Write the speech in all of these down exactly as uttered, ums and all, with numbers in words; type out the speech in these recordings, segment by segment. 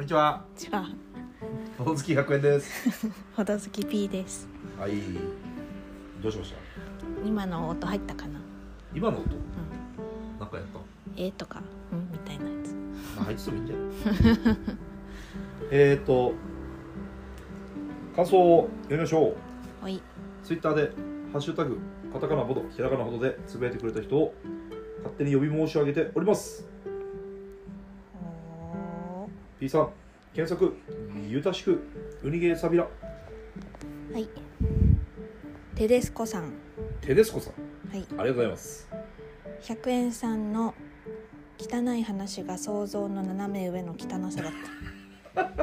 ちは。 じゃあほどずきひゃくえんです。 ほどずき P です。 はい。どうしました？ 今の音入ったかな？ 今の音、うん、なんかやった？ えーとかうんみたいなやつ。 まあ入っててもいいんじゃない？えーと感想を読みましょう。 はい。 ツイッターでハッシュタグカタカナほどひらがなほどでつぶやいてくれた人を勝手に呼び申し上げております。P さん検索ゆたしくウニゲーサビラ。 はい。テデスコさん。 テデスコさん。 はい。 ありがとうございます。 ひゃくえんさんの汚い話が想像の斜め上の汚さだった。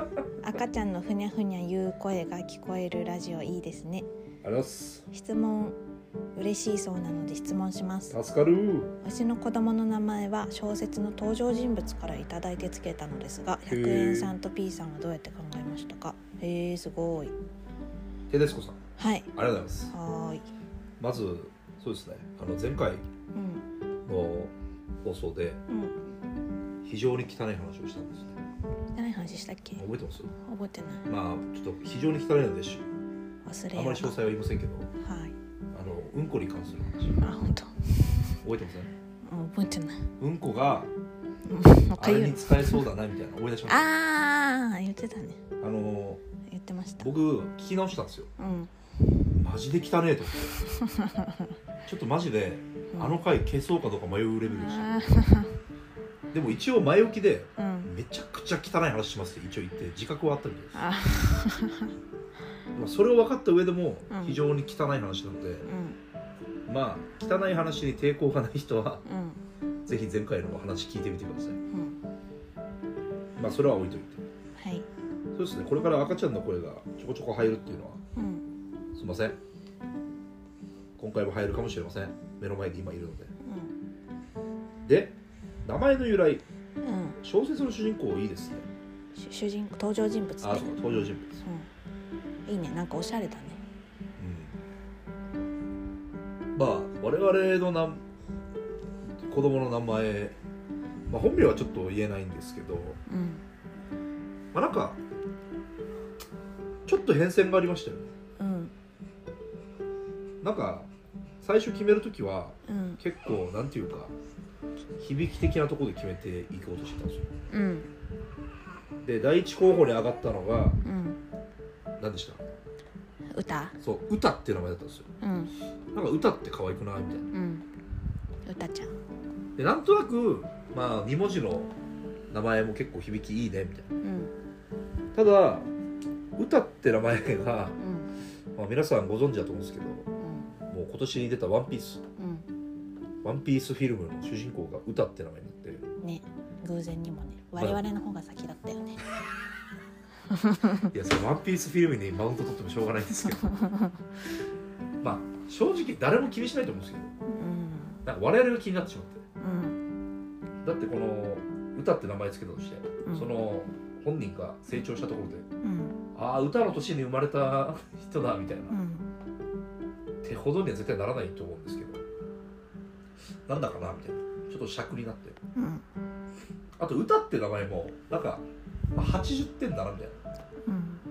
赤ちゃんのふにゃふにゃ言う声が聞こえるラジオいいですね。 ありがとうございます。 質問嬉しいそうなので質問します。 助かる。 私の子供の名前は小説の登場人物からいただいてつけたのですが、ひゃくえんさんと P さんはどうやって考えましたか？へーすごい。 テデスコさん。 はい。 ありがとうございます。 はーい。 まずそうですね。あの前回の放送で非常に汚い話をしたんですね。 汚い話したっけ？ 覚えてます？ 覚えてない。 まあちょっと非常に汚いのでし忘れあまり詳細は言いませんけど、 はい。 あのうんこに関するあ、本当。 覚えてません？ 覚えてない。 うんこがあれに使えそうだなみたいな思い出しました。 ああ言ってたね。 あの言ってました。 僕聞き直したんですよ。 うん。 マジで汚ねえと思って。ちょっとマジであの回消そうかどうか迷うレベルでした。でも一応前置きで、うん、めちゃくちゃ汚い話しますって一応言って自覚はあったみたいです。あそれを分かった上でも非常に汚い話なので、うん、まあ汚い話に抵抗がない人は、うん、ぜひ前回の話聞いてみてください。うん、まあそれは置いといて。 はい。 そうですね。これから赤ちゃんの声がちょこちょこ入るっていうのは、うん、すいません。今回も入るかもしれません。目の前に今いるので。うん、で、名前の由来、うん、小説の主人公いいですね。 主人公登場人物、ね。 あ、そう登場人物。 うん、いいね。なんかおしゃれだね。 うん。まあ我々のな子供の名前、まあ本名はちょっと言えないんですけど、うん、まあなんかちょっと変遷がありましたよね。うん。なんか最初決めるときは、うん、結構なんていうか響き的なところで決めていこうとしてたんですよ。うん、で第一候補に上がったのが、うん、何でした？ 歌？ そう歌っていう名前だったんですよ。うん、なんか歌って可愛くないみたいな。うん、 歌ちゃん。でなんとなくまあに文字の名前も結構響きいいねみたいな。うん、ただ歌って名前が、うんまあ、皆さんご存知だと思うんですけど、うん、もう今年に出たワンピース、うん、ワンピースフィルムの主人公が歌って名前になってね、偶然にもね我々の方が先だったよね。 いやそれワンピースフィルムにマウント取ってもしょうがないんですけどまあ正直誰も気にしないと思うんですけど、うん、なんか我々が気になってしまって、うん、だってこの歌って名前つけたとして、うん、その本人が成長したところで、うん、ああ歌の年に生まれた人だみたいな、うん、ってほどには絶対ならないと思うんですけど、なんだかなみたいなちょっと尺になって、うん、あと歌って名前もなんか、まあ、はちじゅってんだなみたいな、うん、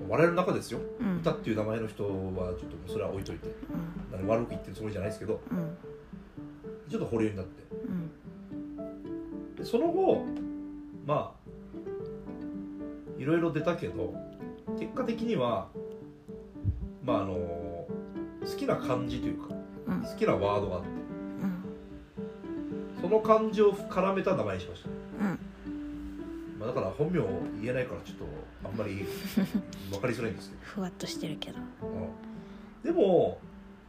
我々の中ですよ、うん、歌っていう名前の人はちょっとそれは置いといて、うん、悪く言ってるつもりじゃないですけど、うん、ちょっと保留になって、うん、でその後まあいろいろ出たけど結果的にはまああの好きな漢字というか、うん、好きなワードがあって、うん、その漢字を絡めた名前にしました、うんまあ、だから本名言えないからちょっとあんまり分かりづらいんですけどふわっとしてるけど、 うん、でも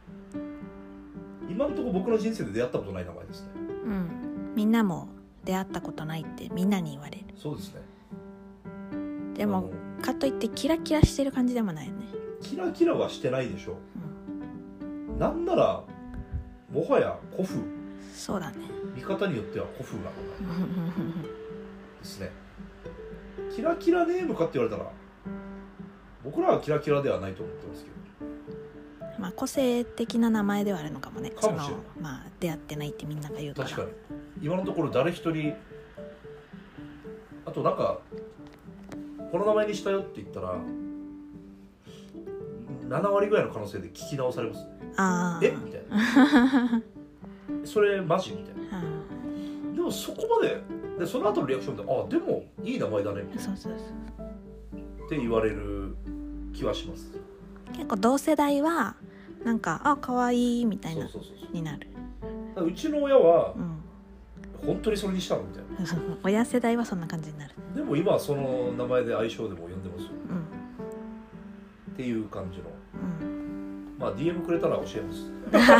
今のところ僕の人生で出会ったことない名前ですね。 うんみんなも出会ったことないってみんなに言われる。 そうですね。 でもかといってキラキラしてる感じでもないよね。 キラキラはしてないでしょ、うん、なんならもはや古風。 そうだね。 見方によっては古風なのですね。キラキラネームかって言われたら僕らはキラキラではないと思ってますけど、 まあ個性的な名前ではあるのかもね。 かもしれない。 そのまあ出会ってないってみんなが言うから。 確かに今のところ誰一人あとなんかこの名前にしたよって言ったらなな割ぐらいの可能性で聞き直されますね。 あえみたいなそれマジみたいな。でもそこまででその後のリアクションであでもいい名前だねみたいなそうそうそうって言われる気はします。 結構同世代はなんかあ可愛いみたいなそうそうそうそうになる。 だからうちの親は、 うん、 本当にそれにしたのみたいな親世代はそんな感じになる。 でも今はその名前で愛称でも呼んでますよ、 うん、 っていう感じの、 うん、 まあ ディーエム くれたら教えます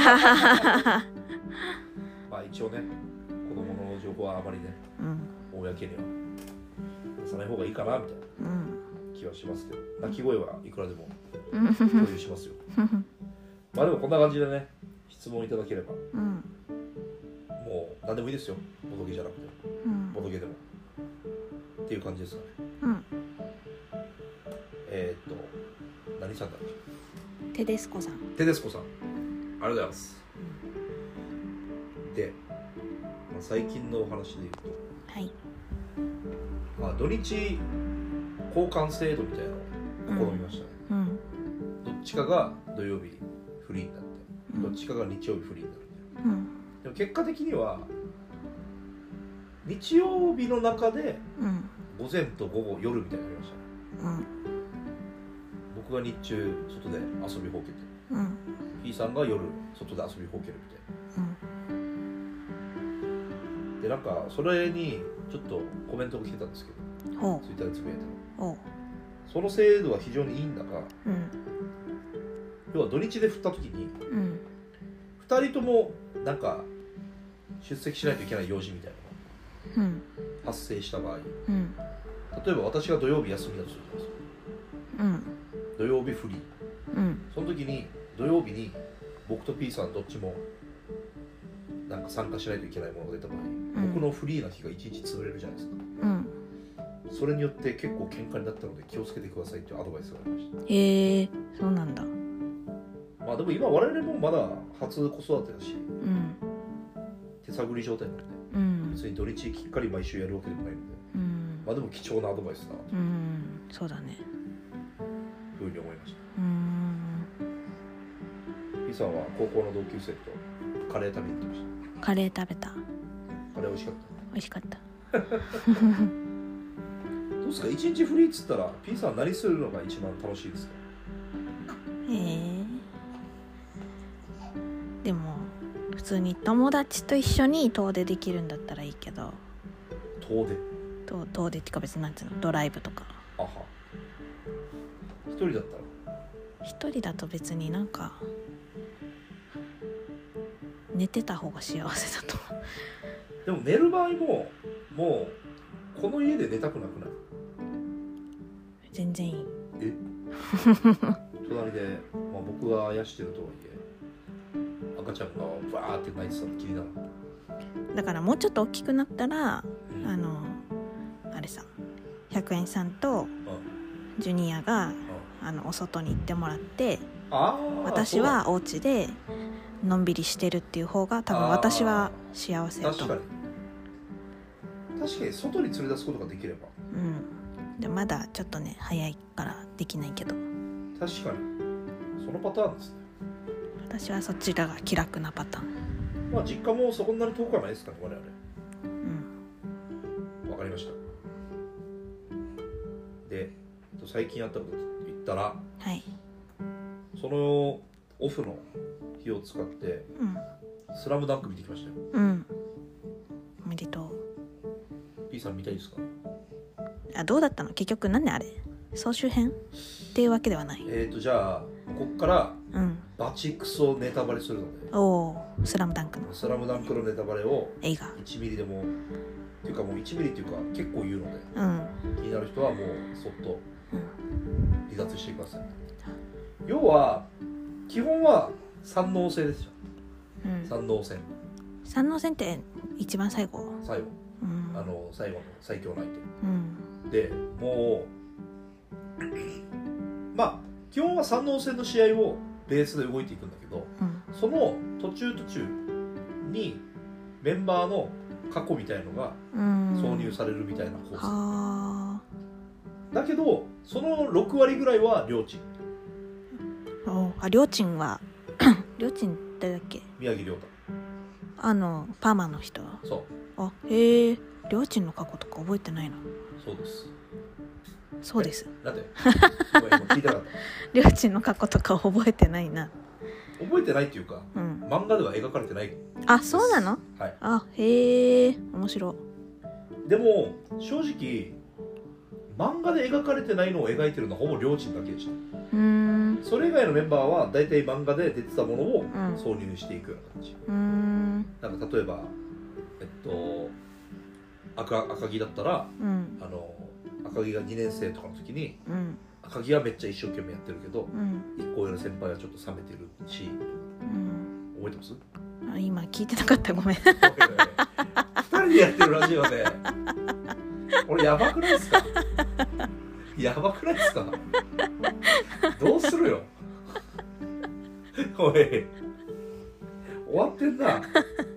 まあ一応ね子供の情報はあまりね、うん、公には出さない方がいいかなみたいな気はしますけど、鳴き声はいくらでも共有しますよまあでもこんな感じでね質問いただければ、うん、もう何でもいいですよ。ボドゲじゃなくて、うん、ボドゲでもっていう感じですかね、うん、えー、っと何さんだっけ。 テデスコさん。 テデスコさんありがとうございます、うん、で、まあ、最近のお話で言うと、はい、まあ、土日交換制度みたいなのを試みましたね、うんうん、どっちかが土曜日フリーになって、うん、どっちかが日曜日フリーになる、うん、でも結果的には日曜日の中で午前と午後夜みたいになりましたね、うん、僕が日中外で遊びほうけて、うん、P さんが夜外で遊びほうけるみたいな、うん、でなんかそれにちょっとコメントが来てたんですけど、ツイッターでつぶやいたの、その制度は非常にいいんだが、うん、要は土日で振った時に、うん、ふたりともなんか出席しないといけない用事みたいなのが発生した場合、うん、例えば私が土曜日休みだとするじゃないですか、うん、土曜日フリー、うん、その時に土曜日に僕と P さんどっちもなんか参加しないといけないものが出た場合、うん、僕のフリーな日がいちいち潰れるじゃないですか、うん、それによって結構喧嘩になったので気をつけてくださいっていうアドバイスがありました。 へえ、そうなんだ。 まあでも今我々もまだ初子育てだし、うん、手探り状態なので、うん、別に土日きっかり毎週やるわけでもないので、うん、まあでも貴重なアドバイスだなと、うん、 そうだねふうに思いました。うん、P さんは高校の同級生とカレー食べに行ってました。 カレー食べた。 カレー美味しかった。 美味しかったどうですか、一日フリーっつったら P さん何するのが一番楽しいですか。 えー、でも普通に友達と一緒に遠出できるんだったらいいけど。 遠出と遠出ってか別になんていうの、ドライブとか。 あは。一人だったら一人だと別になんか寝てた方が幸せだと思う。 でも寝る場合ももうこの家で寝たくなくない？ 全然いい。 え隣で、まあ、僕があやしてるとはいえ赤ちゃんがバーって泣いてたの気になる。 だからもうちょっと大きくなったら、うん、あのあれさひゃくえんさんとジュニアが、うん、あのお外に行ってもらって、あ私はお家でのんびりしてるっていう方が多分私は幸せだと思う。 確かに確かに外に連れ出すことができれば、うん、 でまだちょっとね早いからできないけど。 確かにそのパターンですね。 私はそちらが気楽なパターン。 まあ実家もそこんなに遠くはないですかね我々。うん、わかりました。で最近あったこと言ったら、はい、そのオフの日を使って、うん、スラムダンク見てきましたよ。うん。 おめでとう。 P さん見たいですか？ あ、どうだったの結局。なんであれ総集編っていうわけではない。 えーとじゃあこっから、うん、バチクソネタバレするので。 おお、スラムダンクのスラムダンクのネタバレを映画いちミリでもっていうかもういちミリっていうか結構言うので、うん、気になる人はもうそっと離脱してください。うん、要は基本は三能線ですよ、うん、三能線三能線って一番最後最後、うん、あの最後の最強の相手、うん、でもうまあ基本は三能線の試合をベースで動いていくんだけど、うん、その途中途中にメンバーの過去みたいのが挿入されるみたいな構成、 だけどそのろくわりぐらいはりょーちん。 おありょーちんはりょーちん誰だっけ？ 宮城亮太。 あのパーマの人。 そう。 あへえ、りょーちんの過去とか覚えてないな。 そうです。 そうです。 だって今聞いたかった。 りょーちんの過去とか覚えてないな。 覚えてないっていうか、うん、漫画では描かれてない。 あ、そうなの？はい。あ、へえ、面白い。でも正直漫画で描かれてないのを描いてるのはほぼりょーちんだけでした。うーん。それ以外のメンバーは大体漫画で出てたものを挿入していくような感じ。うーん。なんか例えばえっと赤赤木だったら、うん、あの赤木がにねん生とかの時に、うん、赤木はめっちゃ一生懸命やってるけど、うん、一個上の先輩はちょっと冷めてるし、うん、覚えてます？ あ、今聞いてなかった、ごめん。ふたりでやってるラジオで俺やばくないですか？やばくないですか？どうするよおい、終わってんな。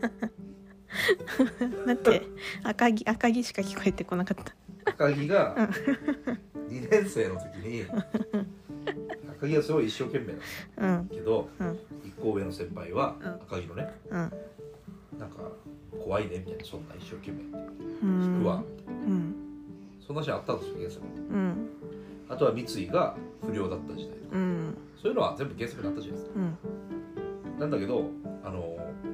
だって赤木赤木しか聞こえてこなかった。 赤木がにねん生の時に赤木はすごい一生懸命だ、うん、けど、うん、一個上の先輩は赤木のね、うん、なんか怖いねみたいな、そんな一生懸命って聞くわ、うん、そんなシーンあったんですよ原作に、うん、あとは三井が不良だった時代とか、うん、そういうのは全部原作にあったじゃないですか、うん、なんだけどあの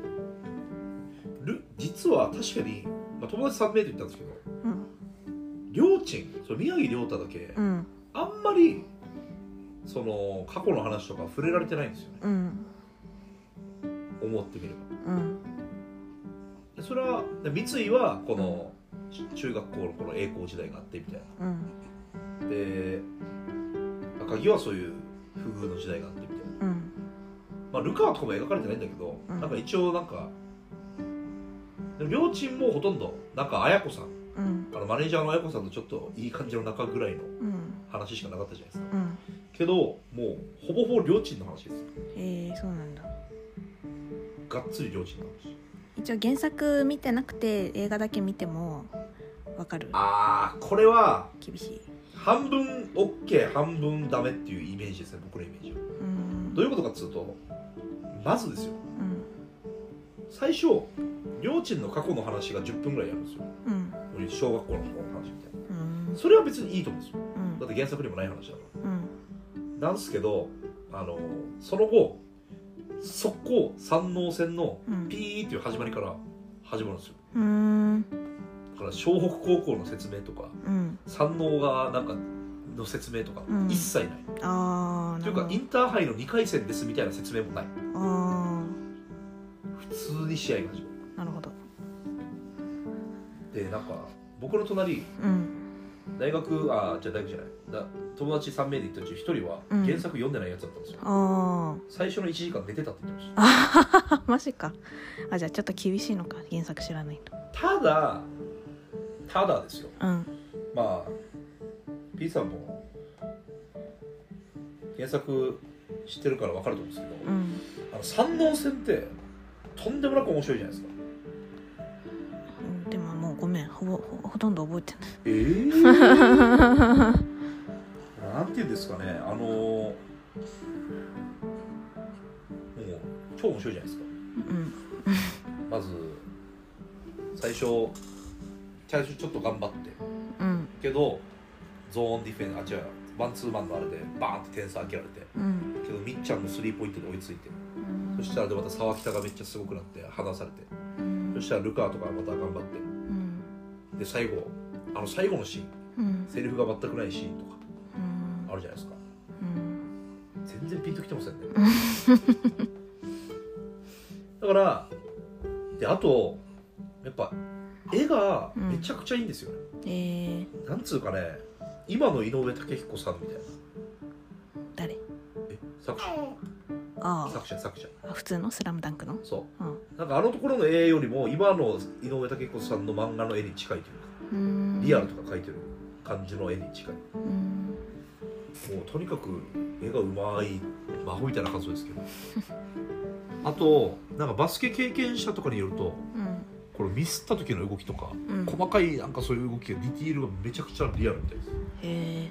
実は確かに、まあ、友達さん名で言ったんですけど、りょーちん、それ宮城亮太だけ、うん、あんまりその過去の話とか触れられてないんですよね、うん、思ってみれば、うん、それは三井はこの中学校のこの栄光時代があってみたいな、うん、で赤木はそういう不遇の時代があってみたいな、うん、まあ、ルカワとかも描かれてないんだけど、うん、なんか一応なんかりょーちんもほとんどなんか綾子さん、うん、あのマネージャーの綾子さんとちょっといい感じの仲ぐらいの話しかなかったじゃないですか、うん、けどもうほぼほぼりょーちんの話ですよ。 へえ、そうなんだ。 がっつりりょーちんの話。 一応原作見てなくて映画だけ見てもわかる？ ああ、これは厳しい。 半分 OK 半分ダメっていうイメージですね、僕のイメージは。うん、どういうことかっつうと、まずですよ、うん、最初りょーちんの過去の話がじゅっぷんぐらいやるんですよ、うん、小学校の話みたいな、うん、それは別にいいと思うんですよ、うん、だって原作にもない話だから、うん、なんですけどあのその後速攻山王線のピーっていう始まりから始まるんですよ、うん、だから湘北高校の説明とか、うん、山王がなんかの説明とか一切ない、うん、あというかインターハイのにかい戦ですみたいな説明もない。あ、普通に試合が始まる。 なるほど。 でなんか僕の隣、うん、大学あじゃあ大学じゃないだ友達さん名で言ったうちひとりは原作読んでないやつだったんですよ、うん、あ最初のいちじかん寝てたって言ってました。 マジか。あ、じゃあちょっと厳しいのか、原作知らないと。 ただただですよ、うん、まあ P さんも原作知ってるから分かると思うんですけど、うん、あの山王戦ってとんでもなく面白いじゃないですか。 でももうごめん、ほぼ ほ, ほとんど覚えてない。えー、なんていうんですかね、あのもう超面白いじゃないですか、うん、まず最初最初ちょっと頑張って、うん、けどゾーンディフェンスあ違うマンツーマンのあれでバーンって点差開けられて、うん、けどみっちゃんのスリーポイントで追いついて、うん、そしたらでまた沢北がめっちゃすごくなって離されて、うん、そしたらルカーとかまた頑張って、うん、で最後あの最後のシーン、うん、セリフが全くないシーンとか、うん、あるじゃないですか、うん、全然ピンときてませんねだからであとやっぱ絵がめちゃくちゃいいんですよね、うん、えー、なんつうかね今の井上武彦さんみたいな。 誰？ え作者あ作者作者あ普通のスラムダンクのそう、うん、なんかあのところの絵よりも今の井上武彦さんの漫画の絵に近いというか、うーんリアルとか描いてる感じの絵に近い。うーんもうとにかく絵がうまい魔法みたいな感想ですけどあとなんかバスケ経験者とかによると、うん、 これミスった時の動きとか、 うん、 細かいなんかそういう動きがディティールがめちゃくちゃリアルみたいです。へえ。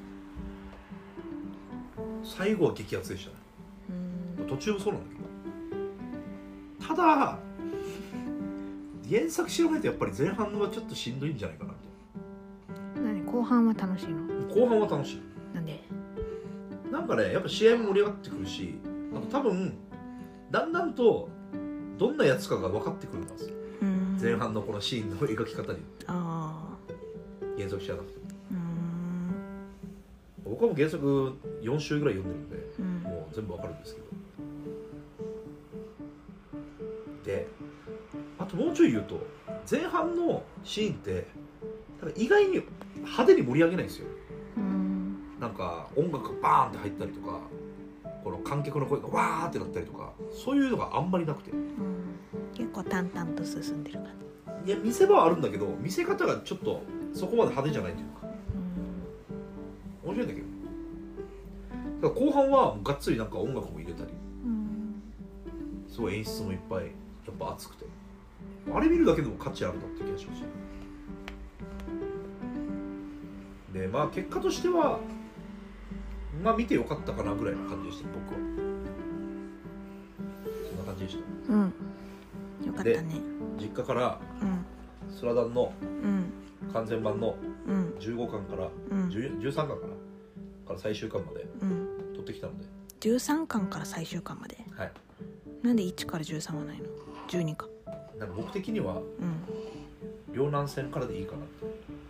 最後は激アツでしたね。 うん、 途中もそうなんだけど、ただ原作知らないとやっぱり前半のはちょっとしんどいんじゃないかなみたいな。何後半は楽しいの？ 後半は楽しい。 なんで？ なんかねやっぱ試合も盛り上がってくるし、あと多分だんだんとどんなやつかが分かってくるんですよ。前半のこのシーンの描き方に。ああ。原作知らなくて。僕はもう原作よん週ぐらい読んでるんで、うん、もう全部わかるんですけど。で、あともうちょい言うと前半のシーンってなんか意外に派手に盛り上げないんですよ。うん、なんか音楽がバーンって入ったりとか、この観客の声がわーってなったりとか、そういうのがあんまりなくて、うん、 結構淡々と進んでる感じ。いや見せ場はあるんだけど、見せ方がちょっとそこまで派手じゃないというか、うん、面白いんだけど、だから後半はがっつりなんか音楽も入れたり、うん、すごい演出もいっぱいやっぱ熱くて、あれ見るだけでも価値あるなって気がしました。でまあ結果としてはまあ見てよかったかなぐらいの感じでした、僕は。そんな感じでした。 うん、よかったね。 実家から、うん、スラダンの完全版のじゅうごかんから、うん、じゅうさんかんかなから最終巻まで撮ってきたので、うん、 じゅうさんかんから最終巻まで。はい。なんでいちからじゅうさんはないの？じゅうにか。 なんか僕的には、うん、両南戦からでいいかなって。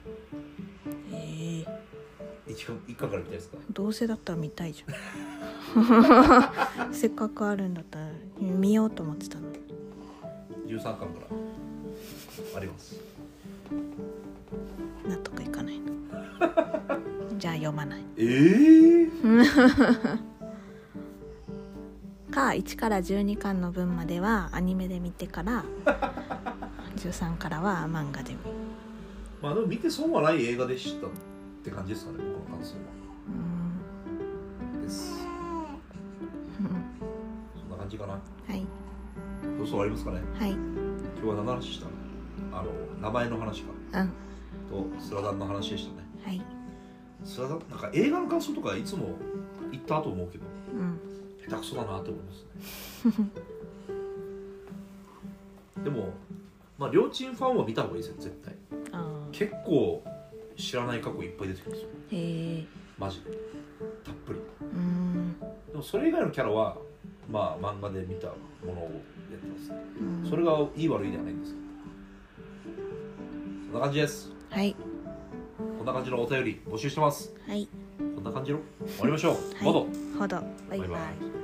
ええー、いっかんから見たいですか？ どうせだったら見たいじゃんせっかくあるんだったら見ようと思ってたの。 じゅうさんかんからあります。 納得いかないのじゃあ読まない。 ええー、 かいちからじゅうにかんの分まではアニメで見てからじゅうさんからは漫画で見る。 まあでも見て損はない映画でしたって感じですかね、僕の感想は。うんですそんな感じかな。はい。どうぞありますかね。はい。今日は何の話したの？あの名前の話か。うん。とスラダンの話でしたね。はい。スラダンなんか映画の感想とかいつも言ったと思うけど、うん、下手くそだなって思いますね。でもまあ両チームファンは見た方がいいですよ絶対。結構知らない過去いっぱい出てきますよ。へえ。マジでたっぷり。うん。でもそれ以外のキャラはまあ漫画で見たものをやってますね。うん。それがいい悪いではないんですけど。そんな感じです。はい。こんな感じのお便り募集してます。はい。こんな感じの終わりましょう。はい、ほど。 ほど。バイバイ。バイバイ。